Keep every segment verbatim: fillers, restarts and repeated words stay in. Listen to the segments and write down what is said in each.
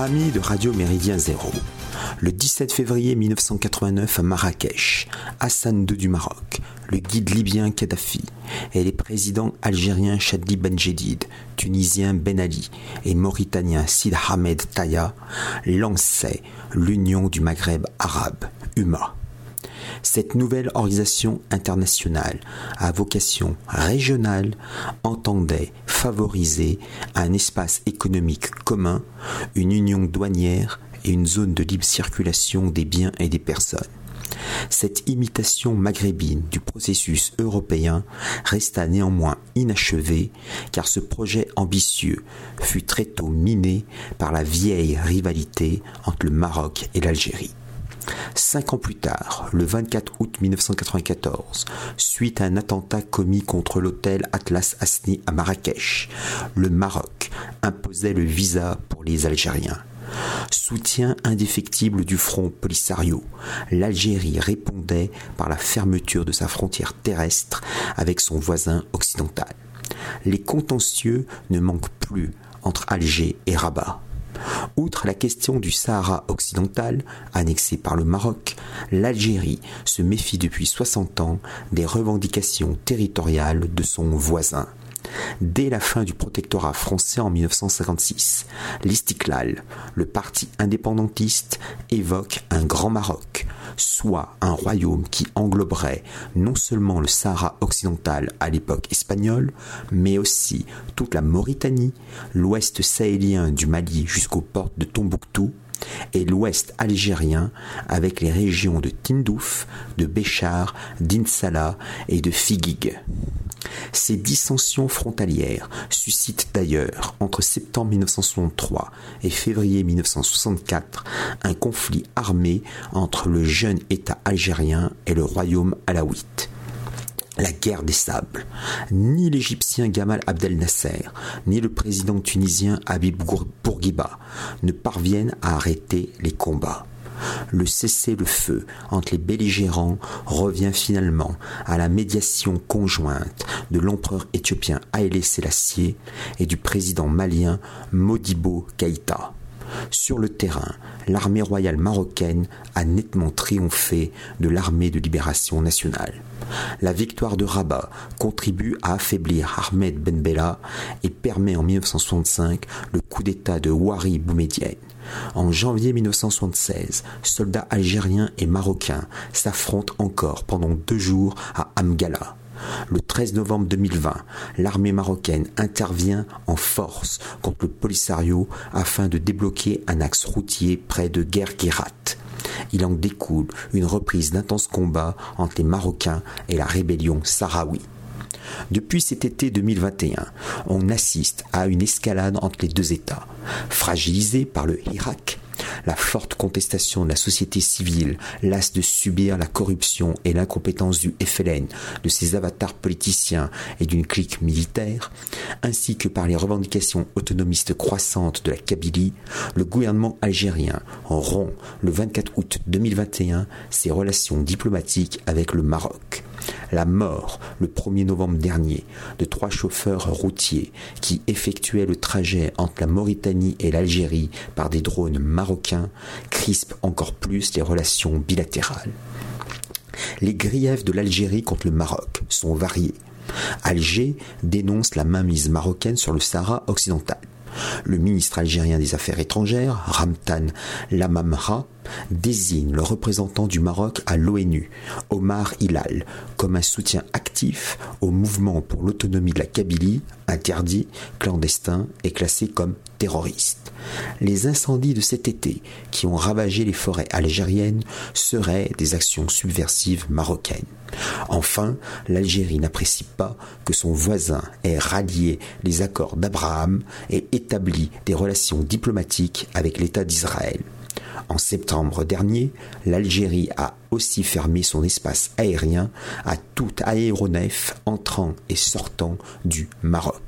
Amis de Radio Méridien Zéro, le dix-sept février mille neuf cent quatre-vingt-neuf à Marrakech, Hassan deux du Maroc, le guide libyen Kadhafi et les présidents algériens Chadli Benjedid, tunisien Ben Ali et mauritanien Sid Ahmed Taya lançaient l'Union du Maghreb arabe, U M A. Cette nouvelle organisation internationale à vocation régionale entendait favoriser un espace économique commun, une union douanière et une zone de libre circulation des biens et des personnes. Cette imitation maghrébine du processus européen resta néanmoins inachevée car ce projet ambitieux fut très tôt miné par la vieille rivalité entre le Maroc et l'Algérie. Cinq ans plus tard, le vingt-quatre août mille neuf cent quatre-vingt-quatorze, suite à un attentat commis contre l'hôtel Atlas Asni à Marrakech, le Maroc imposait le visa pour les Algériens. Soutien indéfectible du front Polisario, l'Algérie répondait par la fermeture de sa frontière terrestre avec son voisin occidental. Les contentieux ne manquent plus entre Alger et Rabat. Outre la question du Sahara occidental, annexé par le Maroc, l'Algérie se méfie depuis soixante ans des revendications territoriales de son voisin. Dès la fin du protectorat français en mille neuf cent cinquante-six, l'Istiklal, le parti indépendantiste, évoque un Grand Maroc, soit un royaume qui engloberait non seulement le Sahara occidental à l'époque espagnole, mais aussi toute la Mauritanie, l'ouest sahélien du Mali jusqu'aux portes de Tombouctou, et l'ouest algérien avec les régions de Tindouf, de Béchar, d'Insala et de Figuig. Ces dissensions frontalières suscitent d'ailleurs, entre septembre mille neuf cent soixante-trois et février mille neuf cent soixante-quatre, un conflit armé entre le jeune État algérien et le royaume alaouite. La guerre des sables. Ni l'Égyptien Gamal Abdel Nasser, ni le président tunisien Habib Bourguiba ne parviennent à arrêter les combats. Le cessez-le-feu entre les belligérants revient finalement à la médiation conjointe de l'empereur éthiopien Haïlé Sélassié et du président malien Modibo Keïta. Sur le terrain, l'armée royale marocaine a nettement triomphé de l'armée de libération nationale. La victoire de Rabat contribue à affaiblir Ahmed Ben Bella et permet en mille neuf cent soixante-cinq le coup d'État de Ouari Boumedienne. En janvier mille neuf cent soixante-seize, soldats algériens et marocains s'affrontent encore pendant deux jours à Amgala. Le treize novembre deux mille vingt, l'armée marocaine intervient en force contre le Polisario afin de débloquer un axe routier près de Guerguerat. Il en découle une reprise d'intenses combats entre les Marocains et la rébellion sahraoui. Depuis cet été deux mille vingt et un, on assiste à une escalade entre les deux États. Fragilisé par le Hirak, la forte contestation de la société civile, lasse de subir la corruption et l'incompétence du F L N, de ses avatars politiciens et d'une clique militaire, ainsi que par les revendications autonomistes croissantes de la Kabylie, le gouvernement algérien rompt le vingt-quatre août deux mille vingt et un ses relations diplomatiques avec le Maroc. La mort, le premier novembre dernier, de trois chauffeurs routiers qui effectuaient le trajet entre la Mauritanie et l'Algérie par des drones marocains crispe encore plus les relations bilatérales. Les griefs de l'Algérie contre le Maroc sont variés. Alger dénonce la mainmise marocaine sur le Sahara occidental. Le ministre algérien des Affaires étrangères, Ramtan Lamamra, désigne le représentant du Maroc à l'ONU, Omar Hilal, comme un soutien actif au mouvement pour l'autonomie de la Kabylie, interdit, clandestin et classé comme terroriste. Les incendies de cet été, qui ont ravagé les forêts algériennes, seraient des actions subversives marocaines. Enfin, l'Algérie n'apprécie pas que son voisin ait rallié les accords d'Abraham et établi des relations diplomatiques avec l'État d'Israël. En septembre dernier, l'Algérie a aussi fermé son espace aérien à tout aéronef entrant et sortant du Maroc.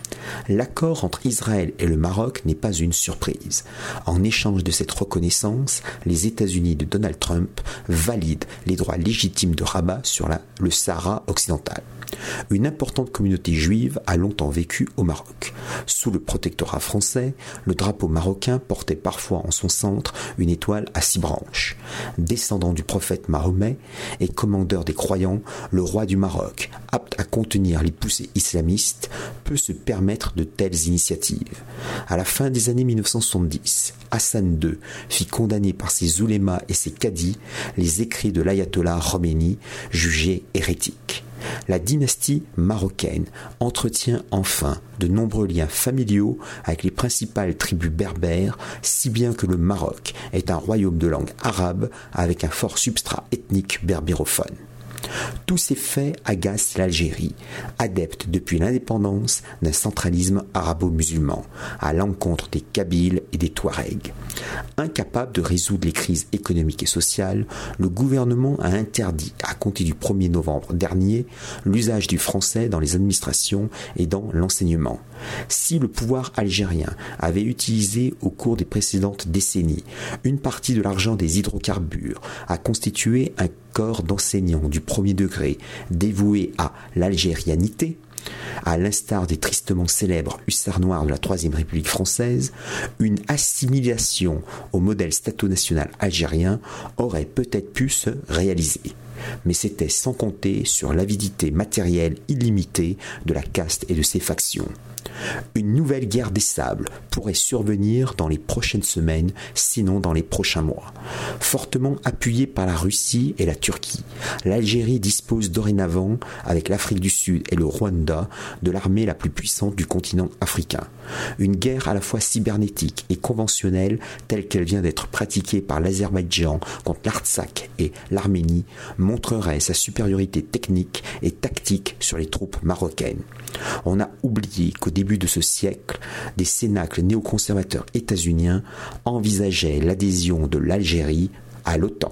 L'accord entre Israël et le Maroc n'est pas une surprise. En échange de cette reconnaissance, les États-Unis de Donald Trump valident les droits légitimes de Rabat sur la, le Sahara occidental. Une importante communauté juive a longtemps vécu au Maroc. Sous le protectorat français, le drapeau marocain portait parfois en son centre une étoile à six branches. Descendant du prophète Mahomet et commandeur des croyants, le roi du Maroc, apte à contenir les poussées islamistes, peut se permettre de telles initiatives. À la fin des années mille neuf cent soixante-dix, Hassan deux fit condamner par ses oulémas et ses cadis les écrits de l'ayatollah Khomeini, jugés hérétiques. La dynastie marocaine entretient enfin de nombreux liens familiaux avec les principales tribus berbères, si bien que le Maroc est un royaume de langue arabe avec un fort substrat ethnique berbérophone. Tous ces faits agacent l'Algérie, adepte depuis l'indépendance d'un centralisme arabo-musulman, à l'encontre des Kabyles et des Touaregs. Incapable de résoudre les crises économiques et sociales, le gouvernement a interdit, à compter du premier novembre dernier, l'usage du français dans les administrations et dans l'enseignement. Si le pouvoir algérien avait utilisé au cours des précédentes décennies une partie de l'argent des hydrocarbures à constituer un corps d'enseignants du premier degré dévoués à l'algérianité, à l'instar des tristement célèbres hussards noirs de la Troisième République française, une assimilation au modèle stato-national algérien aurait peut-être pu se réaliser. Mais c'était sans compter sur l'avidité matérielle illimitée de la caste et de ses factions. Une nouvelle guerre des sables pourrait survenir dans les prochaines semaines, sinon dans les prochains mois. Fortement appuyée par la Russie et la Turquie, l'Algérie dispose dorénavant, avec l'Afrique du Sud et le Rwanda, de l'armée la plus puissante du continent africain. Une guerre à la fois cybernétique et conventionnelle, telle qu'elle vient d'être pratiquée par l'Azerbaïdjan contre l'Artsakh et l'Arménie, montrerait sa supériorité technique et tactique sur les troupes marocaines. On a oublié qu'au début de ce siècle, des cénacles néoconservateurs états-uniens envisageaient l'adhésion de l'Algérie à l'OTAN.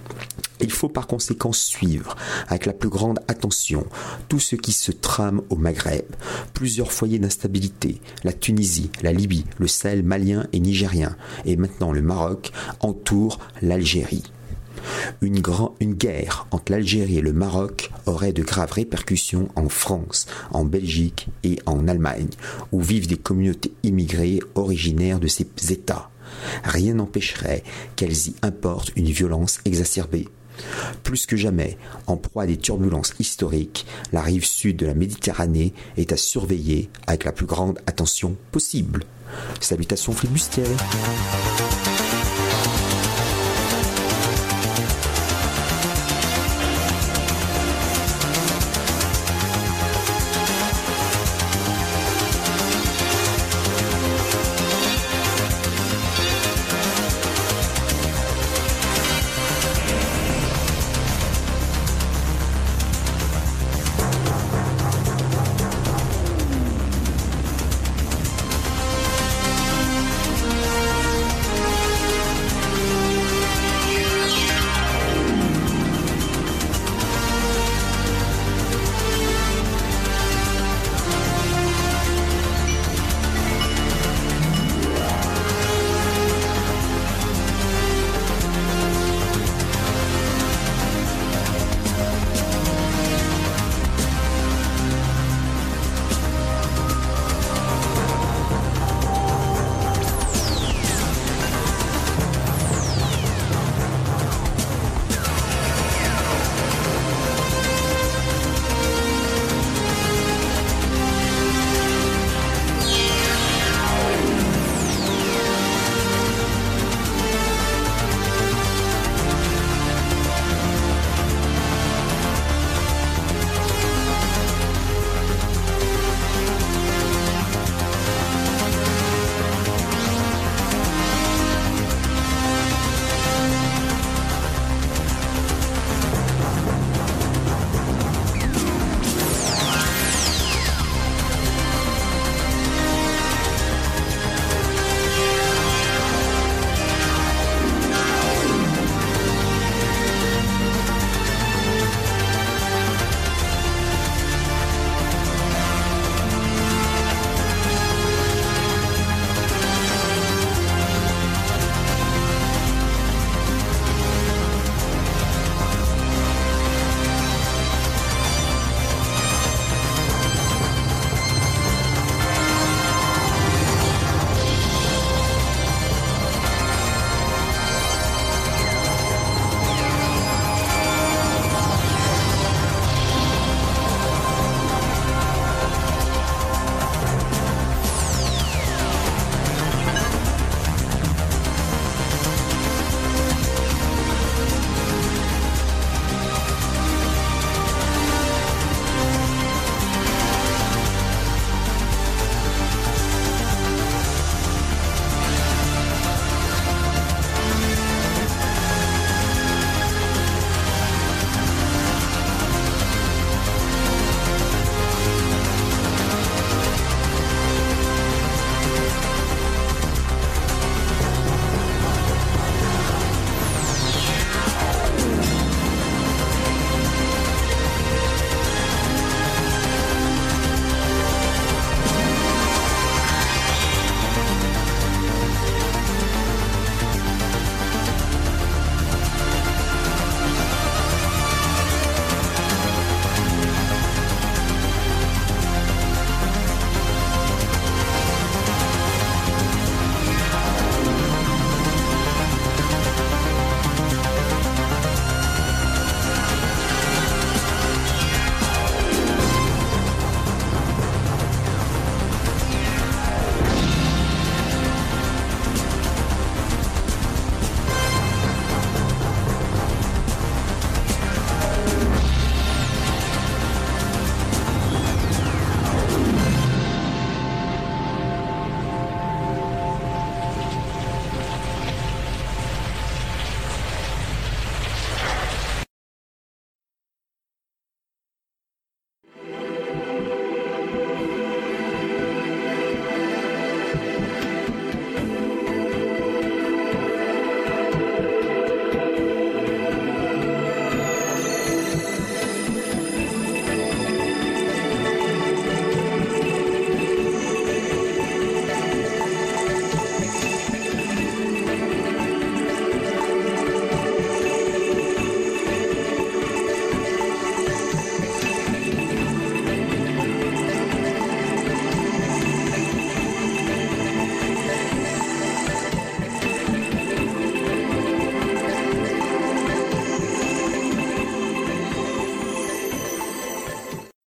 Il faut par conséquent suivre avec la plus grande attention tout ce qui se trame au Maghreb. Plusieurs foyers d'instabilité, la Tunisie, la Libye, le Sahel malien et nigérien, et maintenant le Maroc, entourent l'Algérie. Une, grand, une guerre entre l'Algérie et le Maroc aurait de graves répercussions en France, en Belgique et en Allemagne, où vivent des communautés immigrées originaires de ces États. Rien n'empêcherait qu'elles y importent une violence exacerbée. Plus que jamais, en proie à des turbulences historiques, la rive sud de la Méditerranée est à surveiller avec la plus grande attention possible. Salutations flibustières.